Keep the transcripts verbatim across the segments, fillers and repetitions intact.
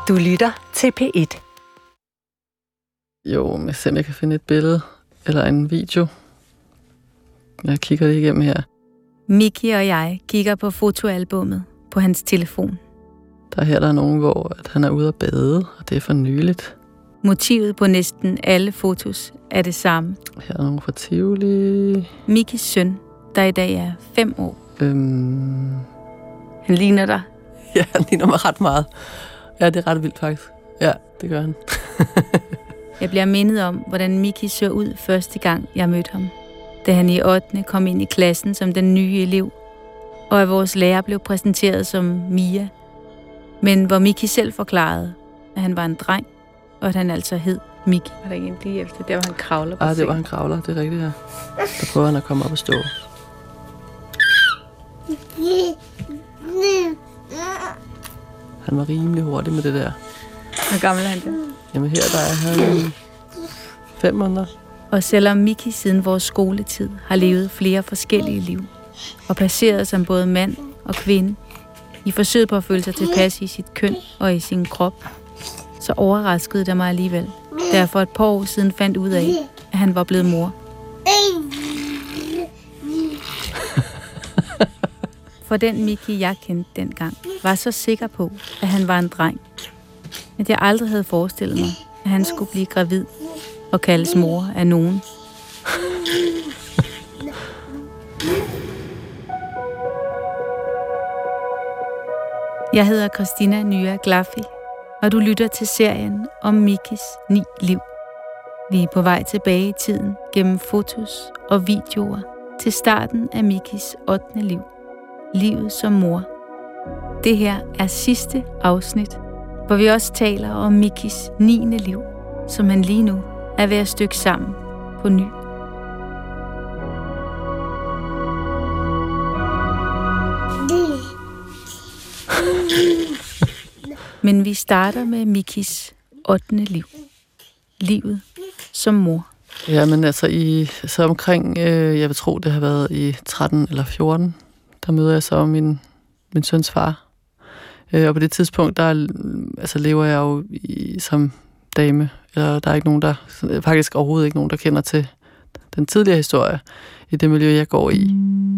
Du lytter til P et. Jo, jeg ser, om jeg kan finde et billede eller en video. Jeg kigger det igennem her. Miki og jeg kigger på fotoalbummet på hans telefon. Der her der er nogen, hvor at han er ude at bade, og det er for nyligt. Motivet på næsten alle fotos er det samme. Her er nogen fra Tivoli. Mikis søn, der i dag er fem år. Øhm... Han ligner dig. Ja, han ligner mig ret meget. Ja, det er ret vildt faktisk. Ja, det gør han. Jeg bliver mindet om, hvordan Miki så ud første gang, jeg mødte ham. Da han i ottende kom ind i klassen som den nye elev, og at vores lærer blev præsenteret som Mia. Men hvor Miki selv forklarede, at han var en dreng, og at han altså hed Miki. Var der ikke en lige efter, der var han kravler på Ah, det var han kravler, det er rigtigt, ja. Der prøver han at komme op og stå. Han var rimelig hurtig med det der. Hvor gammel er han der? Jamen her der er han fem måneder. Og selvom Miki siden vores skoletid har levet flere forskellige liv, og passeret som både mand og kvinde, i forsøget på at føle sig tilpas i sit køn og i sin krop, så overraskede det mig alligevel, da jeg for et par år siden fandt ud af, at han var blevet mor. For den Miki, jeg kendte dengang, var så sikker på, at han var en dreng, at jeg aldrig havde forestillet mig, at han skulle blive gravid og kaldes mor af nogen. Jeg hedder Christina Nya Glaffi, og du lytter til serien om Mikis ni liv. Vi er på vej tilbage i tiden gennem fotos og videoer til starten af Mikis ottende liv. Livet som mor. Det her er sidste afsnit, hvor vi også taler om Mikis niende liv, som han lige nu er ved at stykke sammen på ny. Men vi starter med Mikis ottende liv. Livet som mor. Ja, men altså i, så omkring, øh, jeg vil tro, det har været i tretten eller fjorten, der møder jeg så min, min søns far. Øh, og på det tidspunkt, der altså, lever jeg jo i, som dame. Eller der er ikke nogen, der, faktisk overhovedet ikke nogen, der kender til den tidligere historie i det miljø, jeg går i.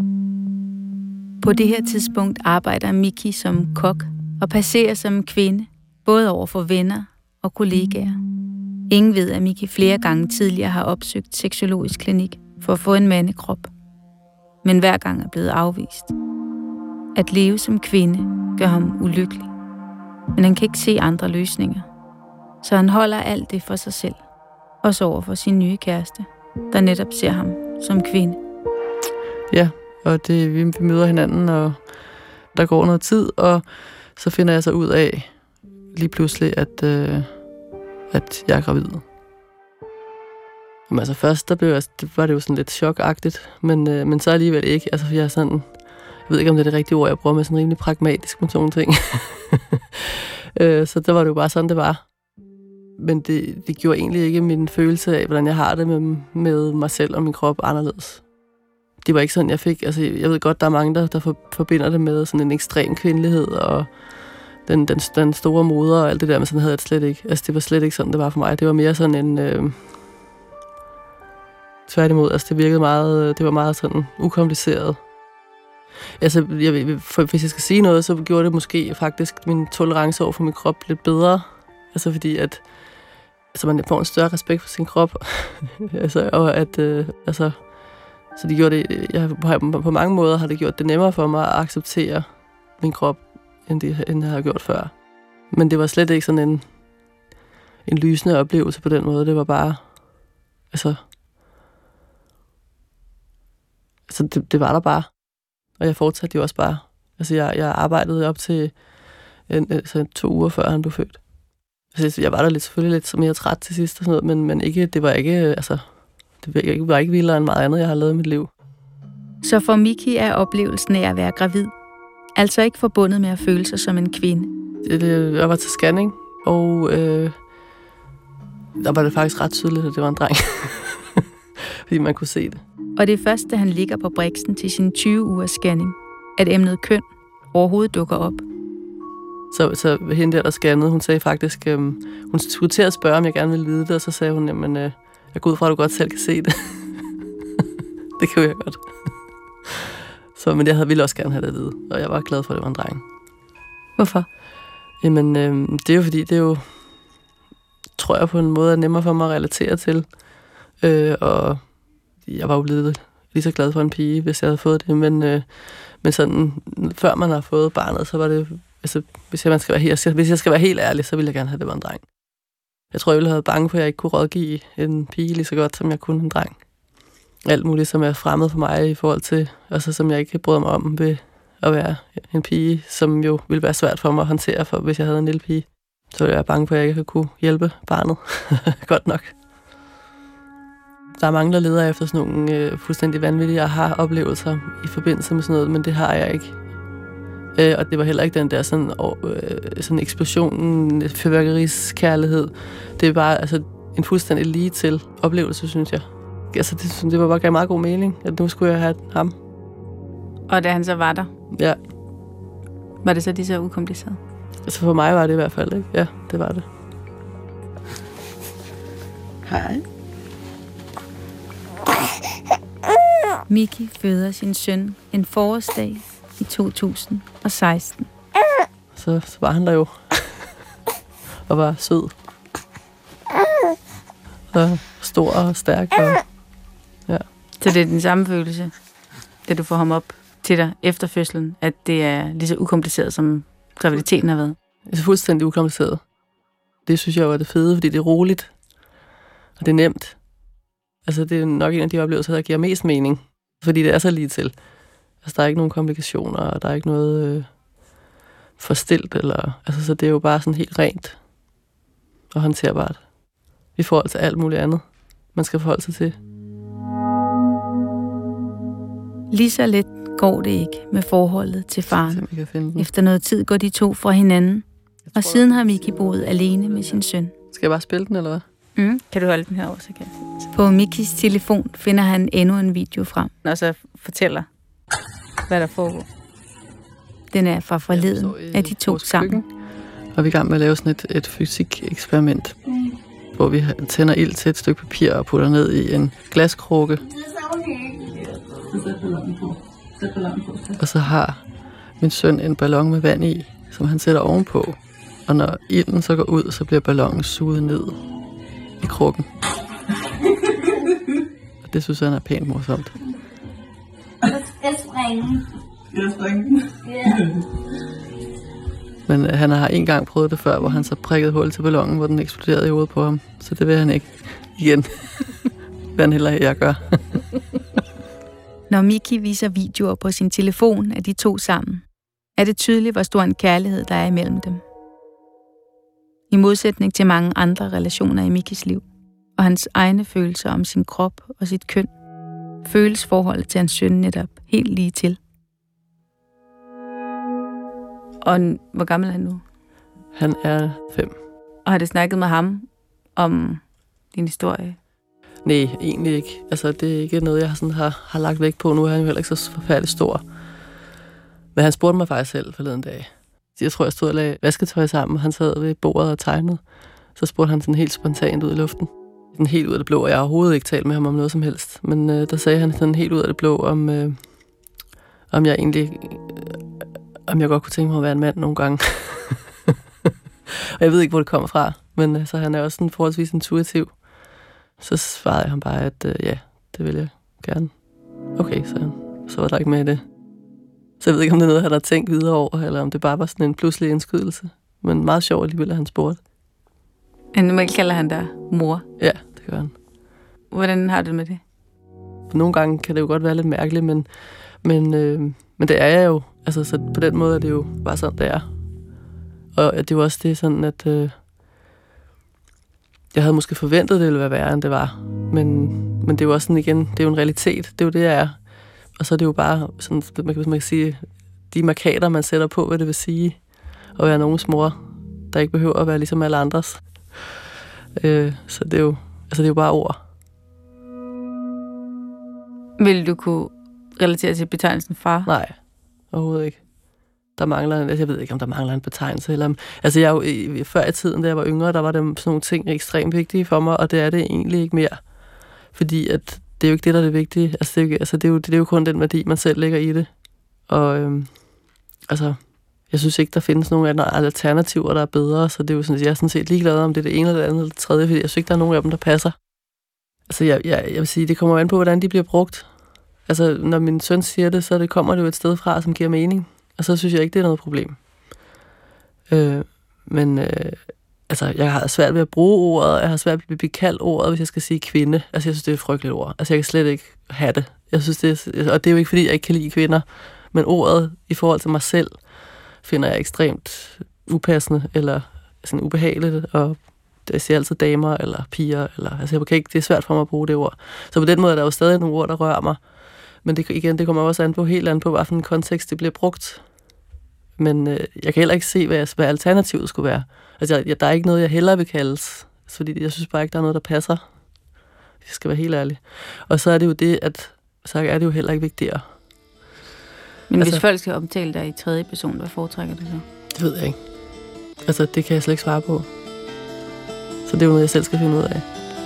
På det her tidspunkt arbejder Miki som kok og passerer som kvinde, både over for venner og kollegaer. Ingen ved, at Miki flere gange tidligere har opsøgt sexologisk klinik for at få en mandekrop. Men hver gang er blevet afvist. At leve som kvinde gør ham ulykkelig. Men han kan ikke se andre løsninger. Så han holder alt det for sig selv. Også over for sin nye kæreste, der netop ser ham som kvinde. Ja, og det, vi, vi møder hinanden, og der går noget tid, og så finder jeg så ud af lige pludselig, at, øh, at jeg er gravid. Men altså først, der blev jeg, det var det jo sådan lidt chokagtigt, men, øh, men så alligevel ikke. Altså jeg er sådan, jeg ved ikke, om det er det rigtige ord, jeg bruger, med sådan rimelig pragmatisk med sådan nogle ting. øh, så der var det jo bare sådan, det var. Men det, det gjorde egentlig ikke min følelse af, hvordan jeg har det med, med mig selv og min krop anderledes. Det var ikke sådan, jeg fik. Altså, jeg ved godt, der er mange, der, der forbinder det med sådan en ekstrem kvindelighed og den, den, den store moder og alt det der, men sådan havde jeg det slet ikke. Altså, det var slet ikke sådan, det var for mig. Det var mere sådan en... Øh, tværtimod, altså det virkede meget... Det var meget sådan ukompliceret. Altså, jeg, for, hvis jeg skal sige noget, så gjorde det måske faktisk min tolerance over for min krop lidt bedre. Altså, fordi at... Altså, man får en større respekt for sin krop. altså, og at... Øh, altså... Så det gjorde det, jeg, på, på mange måder har det gjort det nemmere for mig at acceptere min krop, end det, end jeg har gjort før. Men det var slet ikke sådan en, en lysende oplevelse på den måde. Det var bare, altså, altså det, det var der bare. Og jeg fortsatte jo også bare. Altså jeg, jeg arbejdede op til en, altså to uger før han blev født. Altså jeg var der lidt, selvfølgelig lidt mere træt til sidst og sådan noget, men, men ikke, det var ikke, altså... Det var ikke vildere end meget andet, jeg har lavet i mit liv. Så for Miki er oplevelsen af at være gravid altså ikke forbundet med at føle sig som en kvinde? Det, det, jeg var til scanning, og øh, der var det faktisk ret tydeligt, at det var en dreng. Fordi man kunne se det. Og det er først, da han ligger på briksen til sin tyve ugers scanning, at emnet køn overhovedet dukker op. Så, så hende der, der scannede, hun sagde faktisk, øh, hun skulle til at spørge, om jeg gerne ville vide det, og så sagde hun, jamen, øh, jeg går ud fra, at du godt selv kan se det. Det kan jeg godt. Så, men jeg havde, ville også gerne have det at vide, og jeg var glad for, at det var en dreng. Hvorfor? Jamen, øh, det er jo fordi, det er jo, tror jeg på en måde, er nemmere for mig at relatere til. Øh, og jeg var jo blevet lige så glad for en pige, hvis jeg havde fået det, men, øh, men sådan, før man har fået barnet, så var det, altså, hvis jeg, man skal være helt, hvis jeg skal være helt ærlig, så ville jeg gerne have, at det var en dreng. Jeg tror, jeg ville have været bange for, at jeg ikke kunne rådgive en pige lige så godt, som jeg kunne en dreng. Alt muligt, som er fremmed for mig i forhold til, altså som jeg ikke bryder mig om ved at være en pige, som jo ville være svært for mig at håndtere, for, hvis jeg havde en lille pige. Så ville jeg være bange for, at jeg ikke kunne hjælpe barnet godt nok. Der er mange, der leder efter sådan nogle øh, fuldstændig vanvittige aha-oplevelser i forbindelse med sådan noget, men det har jeg ikke. Øh, og det var heller ikke den der sådan, øh, sådan eksplosionen, fyrværkeriskærlighed. Det er bare altså, en fuldstændig lige til oplevelse, synes jeg. Altså, det, det var bare gav meget god mening, at nu skulle jeg have ham. Og da han så var der? Ja. Var det så lige så ukompliceret? Altså for mig var det i hvert fald, ikke? Ja, det var det. Hej. Miki føder sin søn en forårsdag i to tusind og seksten. Så, så var han der jo. Og var sød. Og stor og stærk. Og, ja. Så det er den samme følelse, da du får ham op til dig efter fødslen, at det er lige så ukompliceret, som graviditeten har været? Det er fuldstændig ukompliceret. Det synes jeg var det fede, fordi det er roligt. Og det er nemt. Altså, det er nok en af de oplevelser, der giver mest mening. Fordi det er så lige til. Altså, der er ikke nogen komplikationer, og der er ikke noget øh, forstilt. Eller, altså, så det er jo bare sådan helt rent og håndterbart. I forhold til alt muligt andet, man skal forholde sig til. Lige så let går det ikke med forholdet til faren. Finde Efter noget tid går de to fra hinanden, og siden har Miki boet alene med sin søn. Skal jeg bare spille den, eller hvad? Mm. Kan du holde den her over, så kan jeg. På Mikis telefon finder han endnu en video frem, og så fortæller, hvad der foregår. Den er fra forleden af de to sammen. Og vi er i gang med at lave sådan et, et fysikeksperiment, mm. hvor vi tænder ild til et stykke papir og putter ned i en glaskrukke. Og så har min søn en ballon med vand i, som han sætter ovenpå. Og når ilden så går ud, så bliver ballonen suget ned i krukken. Og det synes han er pænt morsomt. Jeg springer. Jeg springer. Ja. Men han har en gang prøvet det før, hvor han så prikkede hul til ballonen, hvor den eksploderede i hovedet på ham. Så det vil han ikke igen. Hvad han heller jeg gør. Når Miki viser videoer på sin telefon af de to sammen, er det tydeligt, hvor stor en kærlighed der er imellem dem. I modsætning til mange andre relationer i Mikis liv, og hans egne følelser om sin krop og sit køn, føles forholdet til hans søn netop helt lige til. Og hvor gammel er han nu? Han er fem. Og har du snakket med ham om din historie? Nej, egentlig ikke. Altså, det er ikke noget, jeg sådan har, har lagt vægt på. Nu er han jo heller ikke så forfærdeligt stor. Men han spurgte mig faktisk selv forleden dag. Jeg tror, jeg stod og lagde vasketøj sammen, og han sad ved bordet og tegnede. Så spurgte han sådan helt spontant ud i luften. Sådan helt ud af det blå, og jeg har overhovedet ikke talt med ham om noget som helst. Men øh, der sagde han sådan helt ud af det blå, om, øh, om jeg egentlig... Øh, om jeg godt kunne tænke mig at være en mand nogle gange. Og jeg ved ikke, hvor det kommer fra. Men altså, han er også sådan forholdsvis intuitiv. Så svarede jeg ham bare, at øh, ja, det vil jeg gerne. Okay, så, så var der ikke mere i det. Så jeg ved ikke, om det er noget, han har tænkt videre over, eller om det bare var sådan en pludselig indskydelse. Men meget sjovt alligevel, at han spurgte. Normalt kalder han dig mor. Ja, det gør han. Hvordan har du med det? For nogle gange kan det jo godt være lidt mærkeligt, men, men, øh, men det er jeg jo. Altså, så på den måde er det jo bare sådan, det er. Og det er jo også det sådan, at øh, jeg havde måske forventet, det ville være værre, end det var. Men, men det er jo også sådan igen, det er jo en realitet. Det er jo det, jeg er. Og så er det jo bare, sådan, man kan, man kan sige, de markader, man sætter på, hvad det vil sige at være nogens mor, der ikke behøver at være ligesom alle andres. Øh, så det er jo, altså det er jo bare ord. Vil du kunne relatere til betegnelsen far? Nej, overhovedet ikke. der mangler, altså jeg ved ikke, om der mangler en betegnelse, eller, altså jeg jo, før i tiden, da jeg var yngre, der var det sådan nogle ting ekstremt vigtige for mig, og det er det egentlig ikke mere. Fordi at det er jo ikke det, der er det vigtige. Altså det er jo, altså det er jo, det er jo kun den værdi, man selv lægger i det. Og øhm, altså, jeg synes ikke, der findes nogen andre alternativer, der er bedre, så det er jo sådan, jeg er sådan set ligeglad om det er det ene eller det andet eller det tredje, fordi jeg synes ikke, der er nogen af dem, der passer. Altså jeg, jeg, jeg vil sige, det kommer an på, hvordan de bliver brugt. Altså når min søn siger det, så det kommer det jo et sted fra, som giver mening. Og så synes jeg ikke, det er noget problem. Øh, men øh, altså, jeg har svært ved at bruge ordet, jeg har svært ved at blive kaldt ordet, hvis jeg skal sige kvinde. Altså, jeg synes, det er et frygteligt ord. Altså, jeg kan slet ikke have det. Jeg synes, det er, og det er jo ikke, fordi jeg ikke kan lide kvinder, men ordet i forhold til mig selv, finder jeg ekstremt upassende, eller sådan ubehageligt, og jeg siger altid damer, eller piger, eller, altså, jeg kan ikke, det er svært for mig at bruge det ord. Så på den måde er der jo stadig nogle ord, der rører mig. Men det, igen, det kommer også an på, helt an på, hvilken kontekst det bliver brugt. Men øh, jeg kan heller ikke se, hvad, hvad alternativet skulle være. Altså, jeg, der er ikke noget, jeg hellere vil kaldes, fordi jeg synes bare ikke, der er noget, der passer. Jeg skal være helt ærlig. Og så er det jo det, at så er det jo heller ikke vigtigere. Men altså, hvis folk skal omtale dig i tredje person, hvad foretrækker du så? Det ved jeg ikke. Altså, det kan jeg slet ikke svare på. Så det er jo noget, jeg selv skal finde ud af.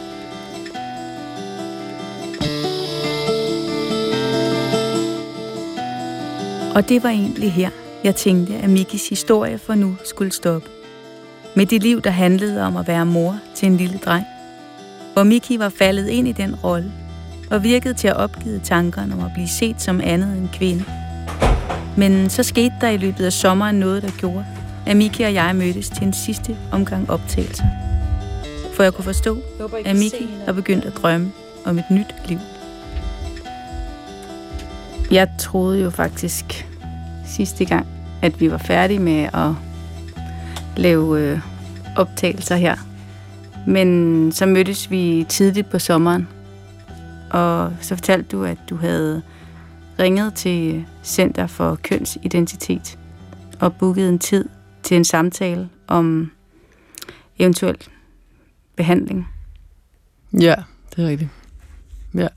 Og det var egentlig her, jeg tænkte, at Mikkis historie for nu skulle stoppe. Med det liv, der handlede om at være mor til en lille dreng. Hvor Mikki var faldet ind i den rolle, og virkede til at opgive tankerne om at blive set som andet end kvinde. Men så skete der i løbet af sommeren noget, der gjorde, at Mikki og jeg mødtes til en sidste omgang optagelser. For jeg kunne forstå, at Mikki var begyndt at drømme om et nyt liv. Jeg troede jo faktisk sidste gang, at vi var færdige med at lave øh, optagelser her. Men så mødtes vi tidligt på sommeren, og så fortalte du, at du havde ringet til Center for Kønsidentitet og booket en tid til en samtale om eventuel behandling. Ja, det er rigtigt. Ja.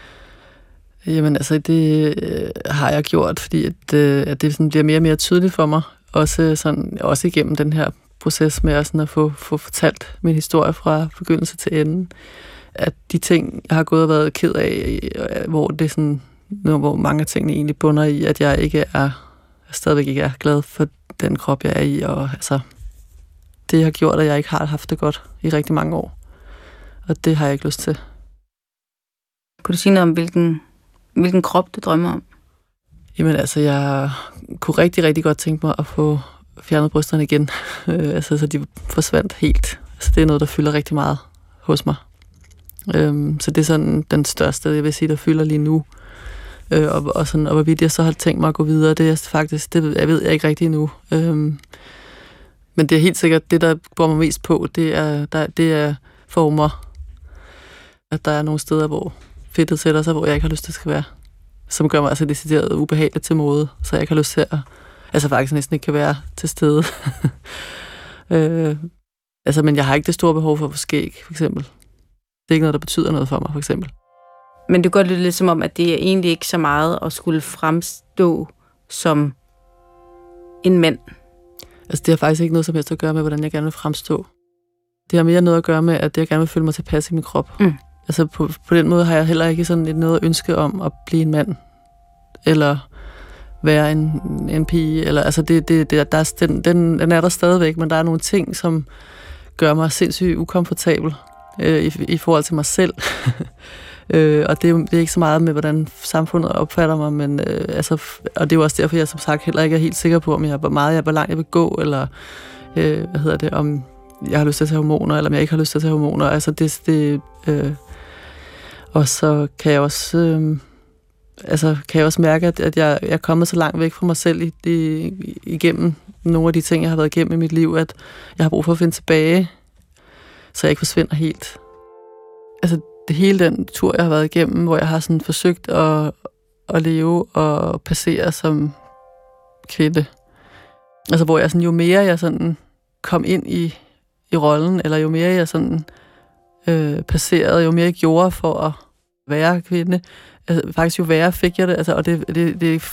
Jamen altså, det øh, har jeg gjort, fordi at, øh, at det sådan bliver mere og mere tydeligt for mig. Også, sådan, også igennem den her proces med at, sådan at få, få fortalt min historie fra begyndelse til ende. At de ting, jeg har gået og været ked af, hvor det sådan, hvor mange af tingene egentlig bunder i, at jeg ikke er, jeg stadigvæk ikke er glad for den krop, jeg er i. Og altså, det har gjort, at jeg ikke har haft det godt i rigtig mange år. Og det har jeg ikke lyst til. Kunne du sige noget om, hvilken, hvilken krop du drømmer om? Jamen altså, jeg kunne rigtig, rigtig godt tænke mig at få fjernet brysterne igen. altså, så de forsvandt helt. Altså, det er noget, der fylder rigtig meget hos mig. Øhm, så det er sådan den største, jeg vil sige, der fylder lige nu. Øh, og, og, sådan, og hvorvidt jeg så har tænkt mig at gå videre, det er faktisk, det jeg ved jeg ikke rigtig endnu. Øhm, men det er helt sikkert, det der går mig mest på, det er, der, det er former. At der er nogle steder, hvor fedtet sætter sig, hvor jeg ikke har lyst til, at det skal være. Som gør mig altså decideret ubehageligt til mode, så jeg ikke har lyst til at, altså faktisk næsten ikke kan være til stede. øh, altså, men jeg har ikke det store behov for at få skæg, for eksempel. Det er ikke noget, der betyder noget for mig, for eksempel. Men det går lidt, lidt som om, at det er egentlig ikke så meget at skulle fremstå som en mand. Altså, det har faktisk ikke noget som helst at gøre med, hvordan jeg gerne vil fremstå. Det har mere noget at gøre med, at jeg gerne vil føle mig tilpas i min krop. Mm. Altså, på, på den måde har jeg heller ikke sådan et noget ønske om at blive en mand. Eller være en, en pige. Eller, altså, det, det, det, der er, den, den, den er der stadigvæk, men der er nogle ting, som gør mig sindssygt ukomfortabel øh, i, i forhold til mig selv. øh, og det er, det er ikke så meget med, hvordan samfundet opfatter mig, men øh, altså, og det er jo også derfor, jeg som sagt heller ikke er helt sikker på, om jeg, hvor meget jeg, hvor langt jeg vil gå, eller øh, hvad hedder det, om jeg har lyst til at tage hormoner, eller om jeg ikke har lyst til at tage hormoner. Altså, det, det øh, og så kan jeg også øh, altså, kan jeg også mærke, at, at jeg, jeg er kommet så langt væk fra mig selv i, i, igennem nogle af de ting, jeg har været igennem i mit liv, at jeg har brug for at finde tilbage, så jeg ikke forsvinder helt. Altså, det hele den tur, jeg har været igennem, hvor jeg har sådan forsøgt at, at leve og passere som kvinde. Altså, hvor jeg sådan, jo mere jeg sådan kom ind i, i rollen, eller jo mere jeg sådan øh, passerede, jo mere jeg gjorde for at være kvinde, altså, faktisk jo værre fik jeg det, altså, og det, det, det, det,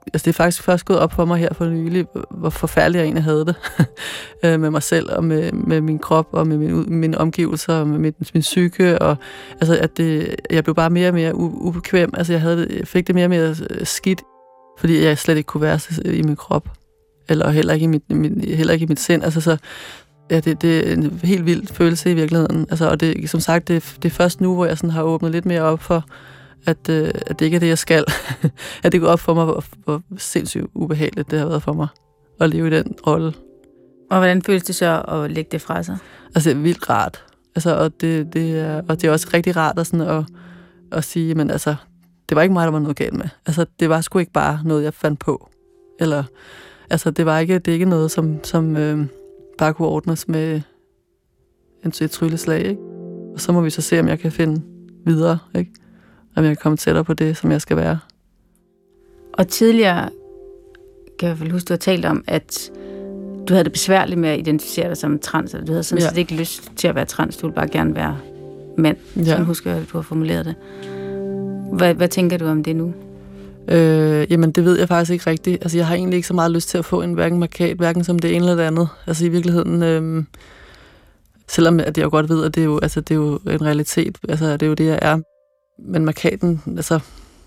altså det er faktisk først gået op for mig her for nylig, hvor forfærdeligt jeg egentlig havde det med mig selv og med, med min krop og med mine, mine omgivelser og med min, min psyke. Og, altså at det, jeg blev bare mere og mere ubekvem. Altså jeg, havde, jeg fik det mere og mere skidt, fordi jeg slet ikke kunne være i min krop. Eller heller ikke i mit, min, heller ikke i mit sind. Altså så, ja, det, det er en helt vild følelse i virkeligheden. Altså, og det, som sagt, det, det er først nu, hvor jeg sådan har åbnet lidt mere op for, at, øh, at det ikke er det, jeg skal. At det går op for mig, hvor, hvor sindssygt ubehageligt det har været for mig at leve i den rolle. Og hvordan føles det så at lægge det fra sig? Altså, det er vildt rart. Altså, og, det, det er, og det er også rigtig rart at, sådan at, at sige, men altså, det var ikke mig, der var noget galt med. Altså, det var sgu ikke bare noget, jeg fandt på. Eller, altså, det var ikke, det er ikke noget, som, som øh, bare kunne ordnes med en, et trylleslag, ikke? Og så må vi så se, om jeg kan finde videre, ikke? Om jeg kan komme tættere på det, som jeg skal være. Og tidligere, kan jeg vel huske, du har talt om, at du havde det besværligt med at identificere dig som trans, eller du havde sådan set ja. ikke lyst til at være trans, du ville bare gerne være mand. Ja. Sådan husker jeg, at du har formuleret det. Hvad, hvad tænker du om det nu? Øh, jamen, det ved jeg faktisk ikke rigtigt. Altså, jeg har egentlig ikke så meget lyst til at få en hverken markat, hverken som det ene eller det andet. Altså, i virkeligheden, øh, selvom at jeg jo godt ved, at det er jo, altså, det er jo en realitet, altså, det er jo det, jeg er. Men markaten, altså,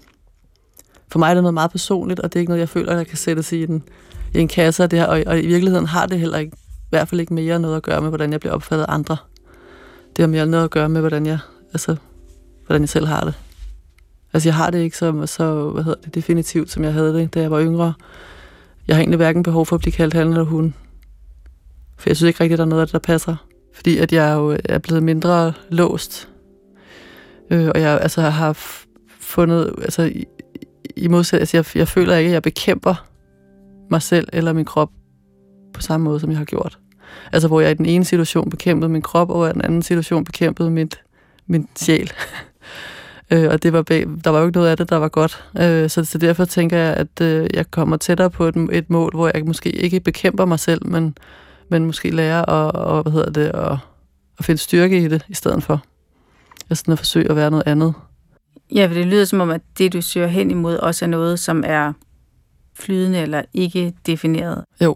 for mig er det noget meget personligt, og det er ikke noget, jeg føler, at jeg kan sættes i en, i en kasse af det her, og, og i virkeligheden har det heller ikke, i hvert fald ikke mere noget at gøre med, hvordan jeg bliver opfattet af andre. Det har mere noget at gøre med, hvordan jeg, altså, hvordan jeg selv har det. Altså, jeg har det ikke så, så hvad hedder det, definitivt, som jeg havde det, da jeg var yngre. Jeg har egentlig hverken behov for at blive kaldt han eller hun. For jeg synes ikke rigtigt, der er noget af det, der passer. Fordi at jeg jo er blevet mindre låst. Øh, og jeg altså, har fundet, altså i, i modsætning, altså, jeg, jeg føler ikke, at jeg bekæmper mig selv eller min krop på samme måde, som jeg har gjort. Altså, hvor jeg i den ene situation bekæmpede min krop, og i den anden situation bekæmpede mit, min sjæl. øh, og det var bag, der var jo ikke noget af det, der var godt. Øh, så, så derfor tænker jeg, at øh, jeg kommer tættere på et, et mål, hvor jeg måske ikke bekæmper mig selv, men, men måske lærer at, og, hvad hedder det, at, at finde styrke i det, i stedet for. Jeg sådan at forsøge at være noget andet. Ja, for det lyder som om, at det, du søger hen imod, også er noget, som er flydende eller ikke defineret. Jo.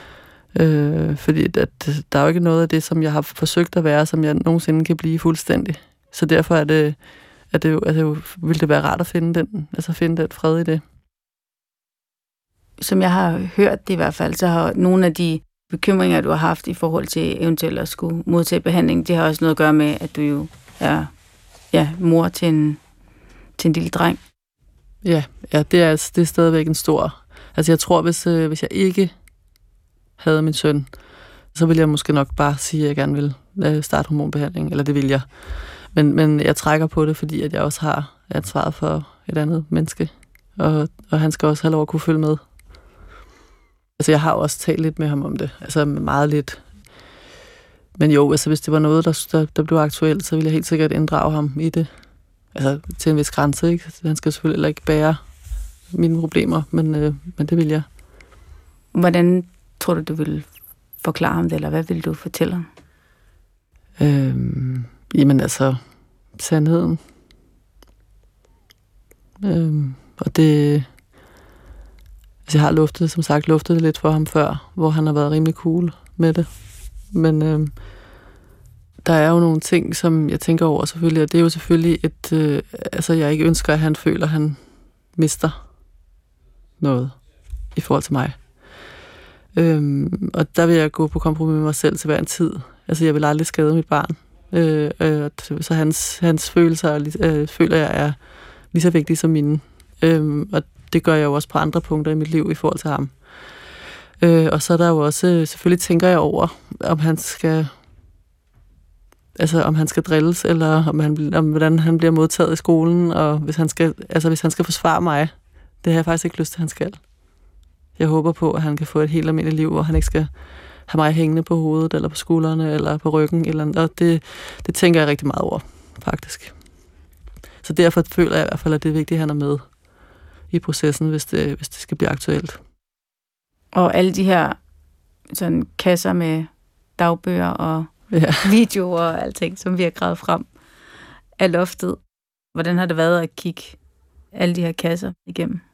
Øh, fordi at, der er jo ikke noget af det, som jeg har forsøgt at være, som jeg nogensinde kan blive fuldstændig. Så derfor er det, er det jo, er det jo, vil det være rart at finde den, altså finde den fred i det. Som jeg har hørt det i hvert fald, så har nogle af de bekymringer, du har haft i forhold til eventuelt at skulle modtage behandling, det har også noget at gøre med, at du jo er ja, mor til en, til en lille dreng. Ja, ja det, er, det er stadigvæk en stor... Altså jeg tror, hvis, øh, hvis jeg ikke havde min søn, så ville jeg måske nok bare sige, at jeg gerne vil øh, starte hormonbehandling, eller det vil jeg. Men, men jeg trækker på det, fordi at jeg også har ansvaret for et andet menneske, og, og han skal også have lov at kunne følge med. Altså jeg har også talt lidt med ham om det, altså meget lidt. Men jo, altså hvis det var noget, der, der, der blev aktuelt, så ville jeg helt sikkert inddrage ham i det. Altså til en vis grænse, ikke? Han skal selvfølgelig heller ikke bære mine problemer, men, øh, men det vil jeg. Hvordan tror du, du vil forklare ham det, eller hvad vil du fortælle ham? Øhm, jamen altså, sandheden. Øhm, og det... Altså jeg har luftet, som sagt, luftet det lidt for ham før, hvor han har været rimelig cool med det. Men øh, der er jo nogle ting, som jeg tænker over selvfølgelig, og det er jo selvfølgelig et... Øh, altså jeg ikke ønsker, at han føler, at han mister noget i forhold til mig. Øhm, og der vil jeg gå på kompromis med mig selv til hver en tid. Altså jeg vil aldrig skade mit barn. Øh, øh, så hans, hans følelser øh, føler jeg er lige så vigtige som mine. Øh, og det gør jeg jo også på andre punkter i mit liv i forhold til ham. Øh, og så er der jo også, selvfølgelig tænker jeg over, om han skal, altså om han skal drilles, eller om, han, om hvordan han bliver modtaget i skolen, og hvis han skal, altså hvis han skal forsvare mig, det har jeg faktisk ikke lyst til, at han skal. Jeg håber på, at han kan få et helt almindeligt liv, hvor han ikke skal have mig hængende på hovedet, eller på skuldrene, eller på ryggen, eller andet. Og det, det tænker jeg rigtig meget over, faktisk. Så derfor føler jeg i hvert fald, at det er vigtigt, at han er med i processen, hvis det, hvis det skal blive aktuelt. Og alle de her sådan kasser med dagbøger og ja. videoer og alting, som vi har gravet frem af loftet. Hvordan har det været at kigge alle de her kasser igennem?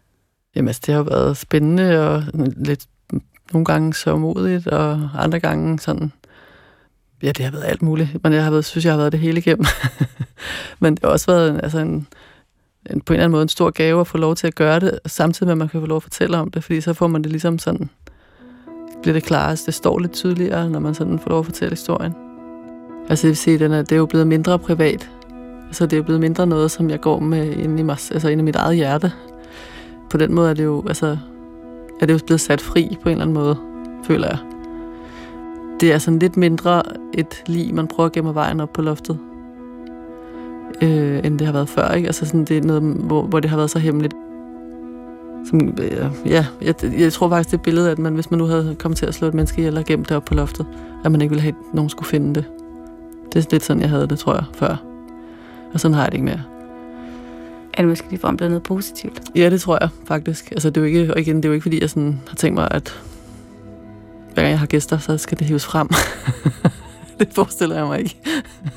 Jamen altså, det har været spændende og lidt nogle gange sørgmodigt, og andre gange sådan, ja, det har været alt muligt, men jeg har været, synes, jeg har været det hele igennem. Men det har også været altså en, en, på en eller anden måde en stor gave at få lov til at gøre det, samtidig med, at man kan få lov at fortælle om det, fordi så får man det ligesom sådan, bliver det klarest, det står lidt tydeligere, når man sådan får lov at fortælle historien. Altså det vil sige, den er, det er jo blevet mindre privat. Altså det er jo blevet mindre noget, som jeg går med inde i, mig, altså inde i mit eget hjerte. På den måde er det jo, altså, er det jo blevet sat fri på en eller anden måde, føler jeg. Det er sådan lidt mindre et lig, man prøver at gemme vejen op på loftet, øh, end det har været før, ikke? Altså sådan, det er noget, hvor, hvor det har været så hemmeligt. Som, øh, ja, jeg, jeg tror faktisk, det billede, at man, hvis man nu havde kommet til at slå et menneske ihjel og gemt det op på loftet, at man ikke ville have, at nogen skulle finde det. Det er lidt sådan, jeg havde det, tror jeg, før. Og sådan har jeg det ikke mere. Er det måske ligefrem blevet noget positivt? Ja, det tror jeg faktisk. Altså, det er jo ikke, og igen, det er jo ikke, fordi jeg sådan har tænkt mig, at hver gang jeg har gæster, så skal det hives frem. Det forestiller jeg mig ikke.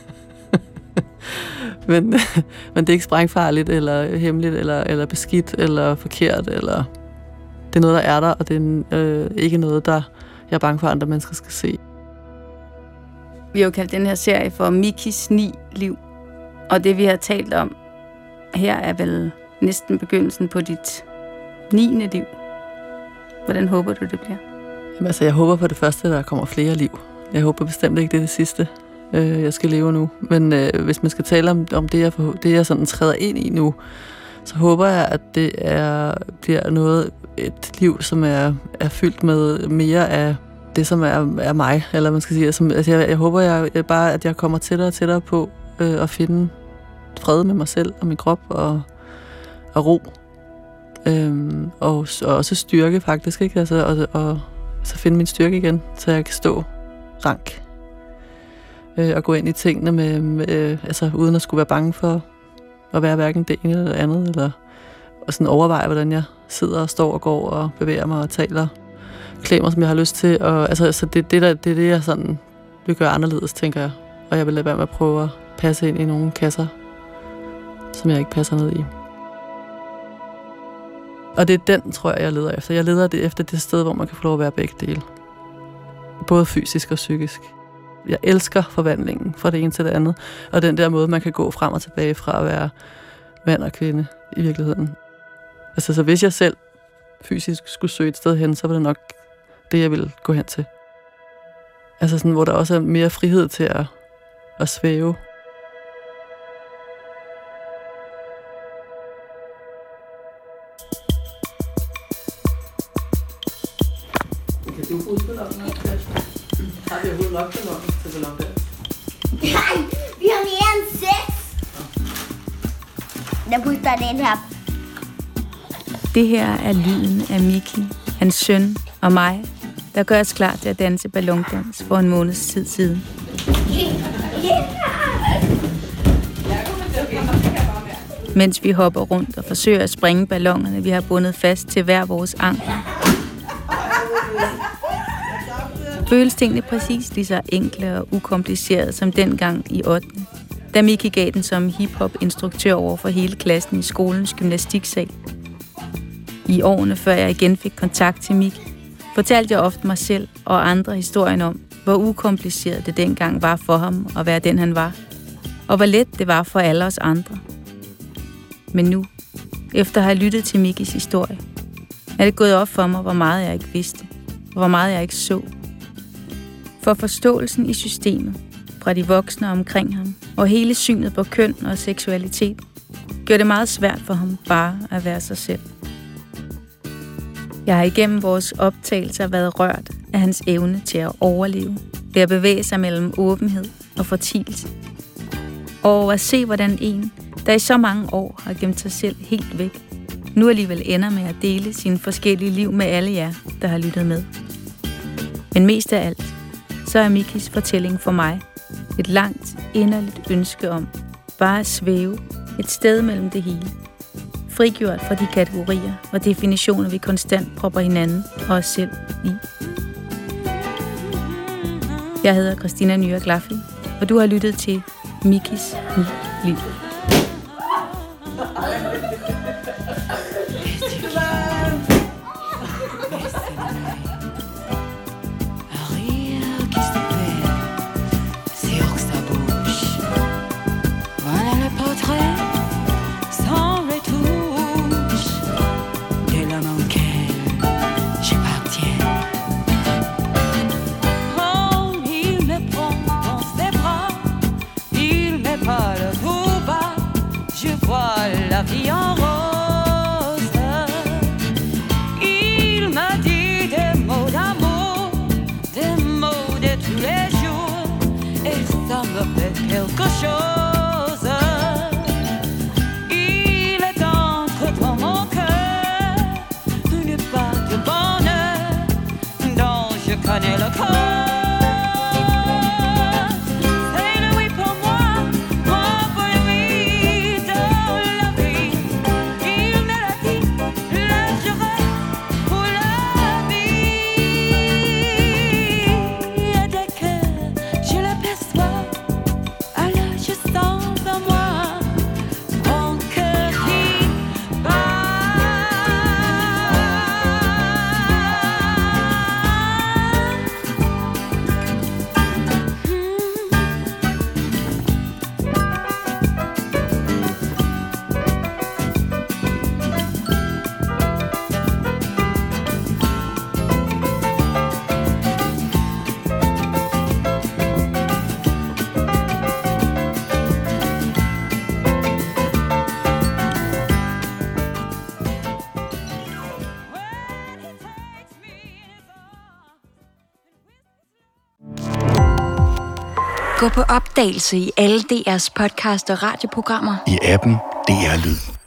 men, men det er ikke sprængfarligt, eller hemmeligt, eller, eller beskidt, eller forkert, eller det er noget, der er der, og det er øh, ikke noget, der jeg er bange for, at andre mennesker skal se. Vi har jo kaldt den her serie for Mikis ni liv, og det, vi har talt om her, er vel næsten begyndelsen på dit niende liv. Hvordan håber du, det bliver? Jamen, altså, jeg håber på det første, der kommer flere liv. Jeg håber bestemt ikke, det er det sidste, øh, jeg skal leve nu. Men øh, hvis man skal tale om, om det, jeg, for, det, jeg sådan træder ind i nu, så håber jeg, at det er, bliver noget, et liv, som er, er fyldt med mere af det, som er, er mig. Eller man skal sige, som, altså, jeg, jeg håber jeg, jeg bare, at jeg kommer tættere og tættere på øh, at finde fred med mig selv og min krop og, og ro. Øhm, og, og også styrke faktisk, ikke? Altså, og, og så finde min styrke igen, så jeg kan stå rank øh, og gå ind i tingene med, med, øh, altså, uden at skulle være bange for at være hverken det ene eller det andet, eller og sådan overveje, hvordan jeg sidder og står og går og bevæger mig og taler, klæder mig, som jeg har lyst til. Og, altså, altså, det, det, der, det er det, jeg sådan vil gøre anderledes, tænker jeg. Og jeg vil lade være med at prøve at passe ind i nogle kasser, som jeg ikke passer ned i. Og det er den, tror jeg, jeg leder efter. Jeg leder det efter det sted, hvor man kan få lov at være begge dele. Både fysisk og psykisk. Jeg elsker forvandlingen fra det ene til det andet. Og den der måde, man kan gå frem og tilbage fra at være mand og kvinde i virkeligheden. Altså, så hvis jeg selv fysisk skulle søge et sted hen, så var det nok det, jeg ville gå hen til. Altså sådan, hvor der også er mere frihed til at, at svæve. Kan du huske ballonen? Har vi overhovedet nok ballonen til ballonen der? Nej, vi har mere end seks. Jeg puster den her. Det her er lyden af Miki, hans søn og mig, der gør os klar til at danse ballondans for en måneds tid siden. Mens vi hopper rundt og forsøger at springe ballonerne, vi har bundet fast til hver vores ankler. Føles tingene præcis lige så enkle og ukomplicerede som dengang i ottende, da Miki gav den som hip-hop-instruktør over for hele klassen i skolens gymnastiksal. I årene før jeg igen fik kontakt til Miki, fortalte jeg ofte mig selv og andre historien om, hvor ukompliceret det dengang var for ham at være den han var, og hvor let det var for alle os andre. Men nu, efter at have lyttet til Mikis historie, er det gået op for mig, hvor meget jeg ikke vidste, og hvor meget jeg ikke så. For forståelsen i systemet, fra de voksne omkring ham, og hele synet på køn og seksualitet, gør det meget svært for ham bare at være sig selv. Jeg har igennem vores optagelser været rørt af hans evne til at overleve, ved at bevæge sig mellem åbenhed og fortielse. Og at se, hvordan en, der i så mange år har gemt sig selv helt væk, nu alligevel ender med at dele sine forskellige liv med alle jer, der har lyttet med. Men mest af alt, så er Mikis fortælling for mig et langt, inderligt ønske om bare at svæve et sted mellem det hele. Frigjort fra de kategorier og definitioner, vi konstant propper hinanden og os selv i. Jeg hedder Christina Nyre Glafli, og du har lyttet til Mikis ni liv. Goodbye. la vie en rose. Il m'a dit des mots d'amour, des mots de tous les jours, et ça me fait quelque chose. Il est entre dans mon cœur une part de bonheur dont je connais le corps. Gå på opdagelse i alle D R's podcast og radioprogrammer. I appen D R Lyd.